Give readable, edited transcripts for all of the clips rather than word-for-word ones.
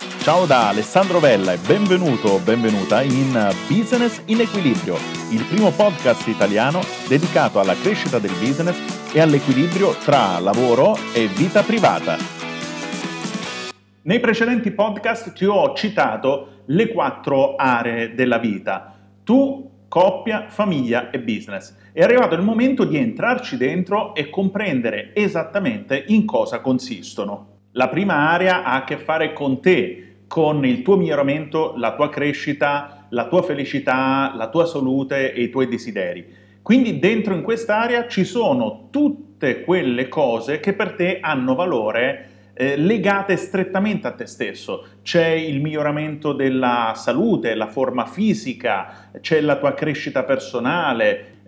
Ciao da Alessandro Vella e benvenuto o benvenuta in Business in Equilibrio, il primo podcast italiano dedicato alla crescita del business e all'equilibrio tra lavoro e vita privata. Nei precedenti podcast ti ho citato le 4 aree della vita: tu, coppia, famiglia e business. È arrivato il momento di entrarci dentro e comprendere esattamente in cosa consistono. La prima area ha a che fare con te, con il tuo miglioramento, la tua crescita, la tua felicità, la tua salute e i tuoi desideri. Quindi dentro in quest'area ci sono tutte quelle cose che per te hanno valore legate strettamente a te stesso. C'è il miglioramento della salute, la forma fisica, c'è la tua crescita personale,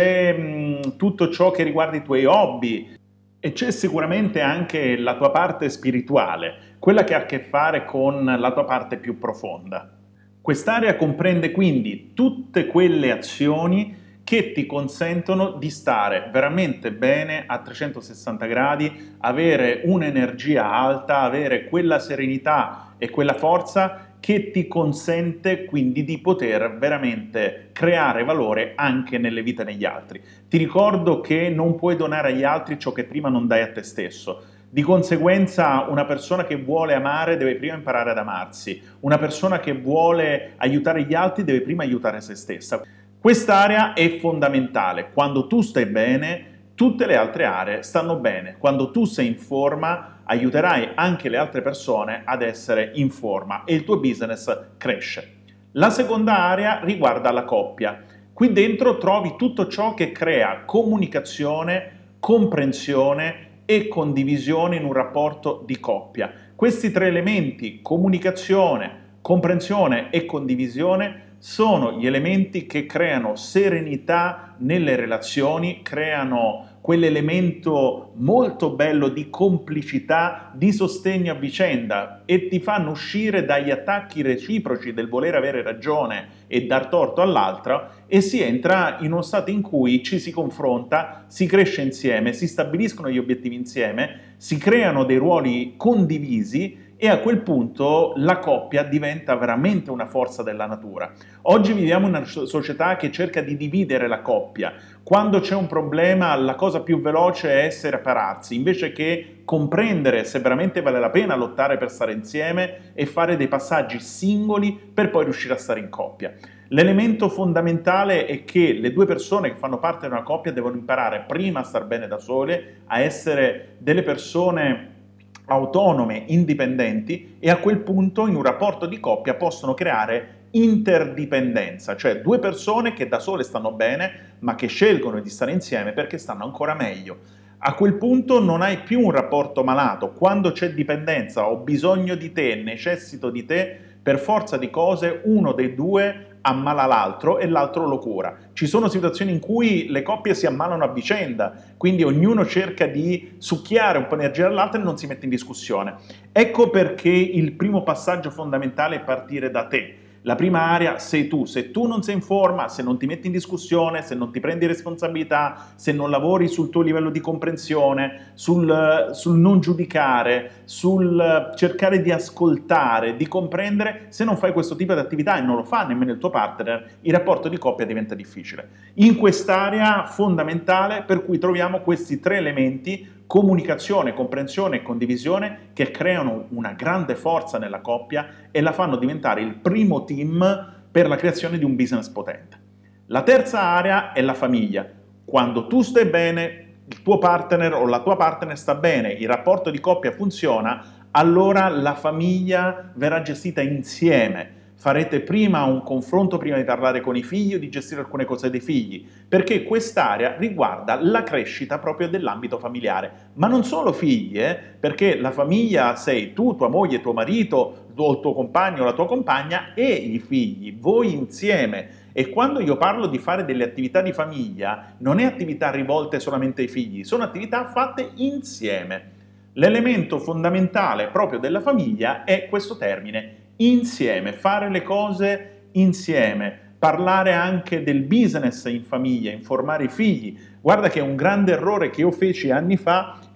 c'è tutto ciò che riguarda i tuoi hobby e c'è sicuramente anche la tua parte spirituale, quella che ha a che fare con la tua parte più profonda. Quest'area comprende quindi tutte quelle azioni che ti consentono di stare veramente bene a 360 gradi, avere un'energia alta, avere quella serenità e quella forza che ti consente quindi di poter veramente creare valore anche nelle vite degli altri. Ti ricordo che non puoi donare agli altri ciò che prima non dai a te stesso. Di conseguenza una persona che vuole amare deve prima imparare ad amarsi, una persona che vuole aiutare gli altri deve prima aiutare se stessa. Quest'area è fondamentale. Quando tu stai bene, tutte le altre aree stanno bene. Quando tu sei in forma, aiuterai anche le altre persone ad essere in forma e il tuo business cresce. La seconda area riguarda la coppia. Qui dentro trovi tutto ciò che crea comunicazione, comprensione e condivisione in un rapporto di coppia. Questi 3 elementi, comunicazione, comprensione e condivisione, sono gli elementi che creano serenità nelle relazioni, creano quell'elemento molto bello di complicità, di sostegno a vicenda e ti fanno uscire dagli attacchi reciproci del voler avere ragione e dar torto all'altro e si entra in uno stato in cui ci si confronta, si cresce insieme, si stabiliscono gli obiettivi insieme, si creano dei ruoli condivisi e a quel punto la coppia diventa veramente una forza della natura. Oggi viviamo in una società che cerca di dividere la coppia. Quando c'è un problema, la cosa più veloce è separarsi, invece che comprendere se veramente vale la pena lottare per stare insieme e fare dei passaggi singoli per poi riuscire a stare in coppia. L'elemento fondamentale è che le 2 persone che fanno parte di una coppia devono imparare prima a star bene da sole, a essere delle persone autonome, indipendenti e a quel punto in un rapporto di coppia possono creare interdipendenza, cioè 2 persone che da sole stanno bene ma che scelgono di stare insieme perché stanno ancora meglio. A quel punto non hai più un rapporto malato. Quando c'è dipendenza, ho bisogno di te, necessito di te, per forza di cose uno dei 2 ammala l'altro e l'altro lo cura. Ci sono situazioni in cui le coppie si ammalano a vicenda, quindi ognuno cerca di succhiare un po' di energia all'altro e non si mette in discussione. Ecco perché il primo passaggio fondamentale è partire da te. La prima area sei tu. Se tu non sei in forma, se non ti metti in discussione, se non ti prendi responsabilità, se non lavori sul tuo livello di comprensione, sul non giudicare, sul cercare di ascoltare, di comprendere, se non fai questo tipo di attività e non lo fa nemmeno il tuo partner, il rapporto di coppia diventa difficile. In quest'area fondamentale per cui troviamo questi 3 elementi: comunicazione, comprensione e condivisione, che creano una grande forza nella coppia e la fanno diventare il primo team per la creazione di un business potente. La terza area è la famiglia. Quando tu stai bene, il tuo partner o la tua partner sta bene, il rapporto di coppia funziona, allora la famiglia verrà gestita insieme. Farete prima un confronto prima di parlare con i figli o di gestire alcune cose dei figli, perché quest'area riguarda la crescita proprio dell'ambito familiare, ma non solo figli, perché la famiglia sei tu, tua moglie, tuo marito, il tuo compagno, la tua compagna e i figli, voi insieme. E quando io parlo di fare delle attività di famiglia, non è attività rivolte solamente ai figli, sono attività fatte insieme. L'elemento fondamentale proprio della famiglia è questo termine: insieme, fare le cose insieme, parlare anche del business in famiglia, informare i figli. Guarda che un grande errore che io feci anni fa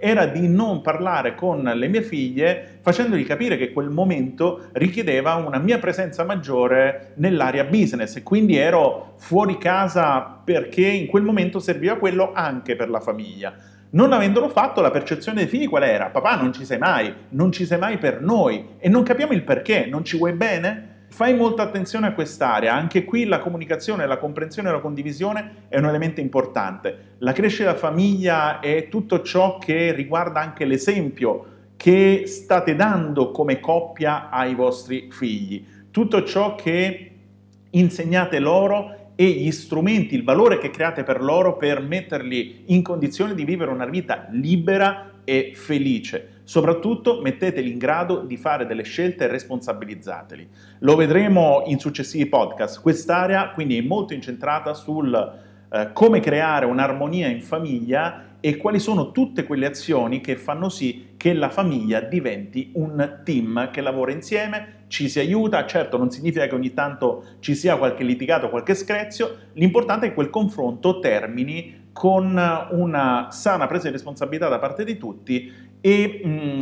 era di non parlare con le mie figlie, facendogli capire che quel momento richiedeva una mia presenza maggiore nell'area business, e quindi ero fuori casa perché in quel momento serviva quello anche per la famiglia. Non avendolo fatto, la percezione dei figli qual era? Papà, non ci sei mai per noi, e non capiamo il perché. Non ci vuoi bene? Fai molta attenzione a quest'area. Anche qui la comunicazione, la comprensione e la condivisione è un elemento importante. La crescita della famiglia è tutto ciò che riguarda anche l'esempio che state dando come coppia ai vostri figli, tutto ciò che insegnate loro e gli strumenti, il valore che create per loro per metterli in condizione di vivere una vita libera e felice. Soprattutto metteteli in grado di fare delle scelte e responsabilizzateli. Lo vedremo in successivi podcast. Quest'area quindi è molto incentrata sul come creare un'armonia in famiglia e quali sono tutte quelle azioni che fanno sì che la famiglia diventi un team che lavora insieme, ci si aiuta. Certo, non significa che ogni tanto ci sia qualche litigato, qualche screzio, l'importante è che quel confronto termini con una sana presa di responsabilità da parte di tutti e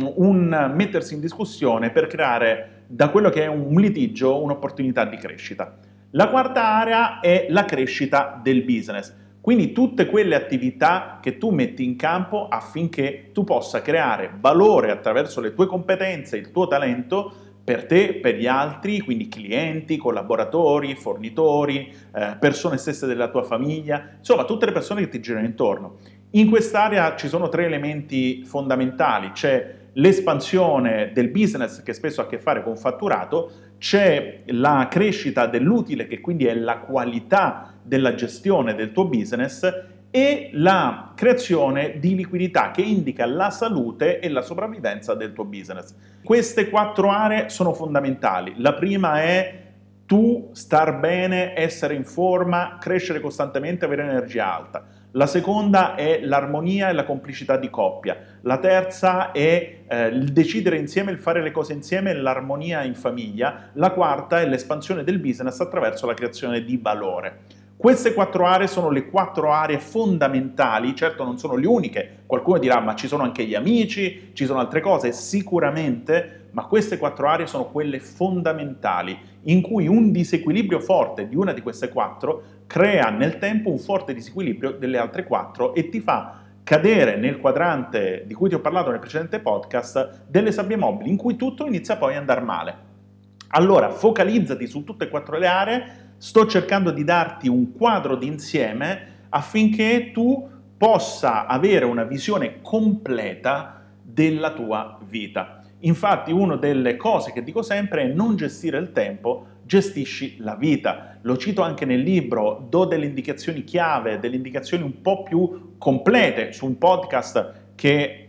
un mettersi in discussione per creare da quello che è un litigio un'opportunità di crescita. La quarta area è la crescita del business. Quindi tutte quelle attività che tu metti in campo affinché tu possa creare valore attraverso le tue competenze, il tuo talento per te, per gli altri, quindi clienti, collaboratori, fornitori, persone stesse della tua famiglia, insomma tutte le persone che ti girano intorno. In quest'area ci sono 3 elementi fondamentali: c'è l'espansione del business, che spesso ha a che fare con fatturato, c'è la crescita dell'utile, che quindi è la qualità della gestione del tuo business, e la creazione di liquidità, che indica la salute e la sopravvivenza del tuo business. Queste 4 aree sono fondamentali. La prima è tu star bene, essere in forma, crescere costantemente, avere energia alta. La seconda è l'armonia e la complicità di coppia. La terza è il decidere insieme, il fare le cose insieme, l'armonia in famiglia. La quarta è l'espansione del business attraverso la creazione di valore. Queste 4 aree sono le 4 aree fondamentali. Certo non sono le uniche, qualcuno dirà ma ci sono anche gli amici, ci sono altre cose, sicuramente, ma queste 4 aree sono quelle fondamentali, in cui un disequilibrio forte di una di queste 4 crea nel tempo un forte disequilibrio delle altre 4 e ti fa cadere nel quadrante di cui ti ho parlato nel precedente podcast delle sabbie mobili, in cui tutto inizia poi ad andare male. Allora focalizzati su tutte e 4 le aree. Sto cercando di darti un quadro d'insieme affinché tu possa avere una visione completa della tua vita. Infatti, una delle cose che dico sempre è non gestire il tempo, gestisci la vita. Lo cito anche nel libro, do delle indicazioni chiave, delle indicazioni un po' più complete su un podcast che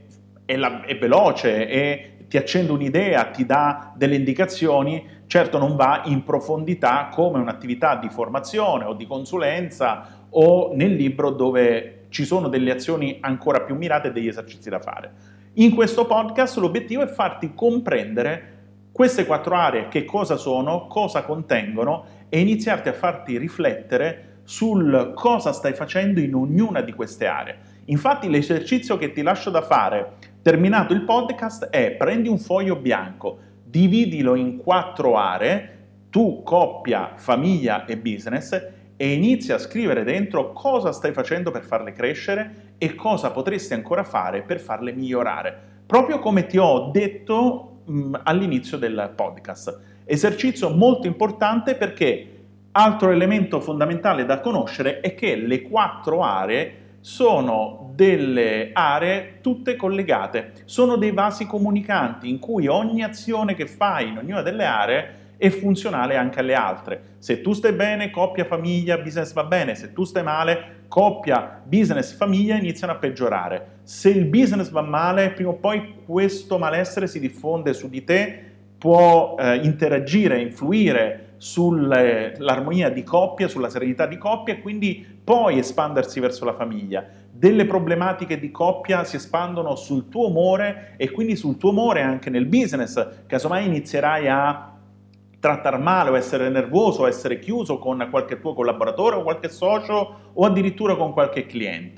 è veloce e ti accende un'idea, ti dà delle indicazioni. Certo non va in profondità come un'attività di formazione o di consulenza o nel libro, dove ci sono delle azioni ancora più mirate e degli esercizi da fare. In questo podcast l'obiettivo è farti comprendere queste 4 aree, che cosa sono, cosa contengono, e iniziarti a farti riflettere sul cosa stai facendo in ognuna di queste aree. Infatti l'esercizio che ti lascio da fare terminato il podcast è: prendi un foglio bianco, dividilo in 4 aree, tu, coppia, famiglia e business, e inizia a scrivere dentro cosa stai facendo per farle crescere e cosa potresti ancora fare per farle migliorare, proprio come ti ho detto all'inizio del podcast. Esercizio molto importante, perché altro elemento fondamentale da conoscere è che le 4 aree sono delle aree tutte collegate, sono dei vasi comunicanti in cui ogni azione che fai in ognuna delle aree è funzionale anche alle altre. Se tu stai bene, coppia, famiglia, business va bene; se tu stai male, coppia, business, famiglia iniziano a peggiorare. Se il business va male, prima o poi questo malessere si diffonde su di te, può interagire, influire sull'armonia di coppia, sulla serenità di coppia, e quindi poi espandersi verso la famiglia. Delle problematiche di coppia si espandono sul tuo umore e quindi sul tuo umore anche nel business. Casomai inizierai a trattare male o essere nervoso o essere chiuso con qualche tuo collaboratore o qualche socio o addirittura con qualche cliente.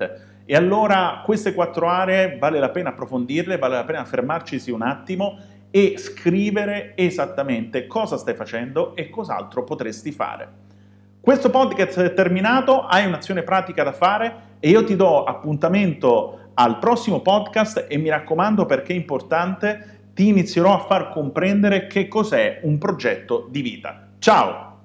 E allora queste 4 aree vale la pena approfondirle, vale la pena fermarcisi un attimo e scrivere esattamente cosa stai facendo e cos'altro potresti fare. Questo podcast è terminato, hai un'azione pratica da fare e io ti do appuntamento al prossimo podcast e mi raccomando, perché è importante, ti inizierò a far comprendere che cos'è un progetto di vita. Ciao!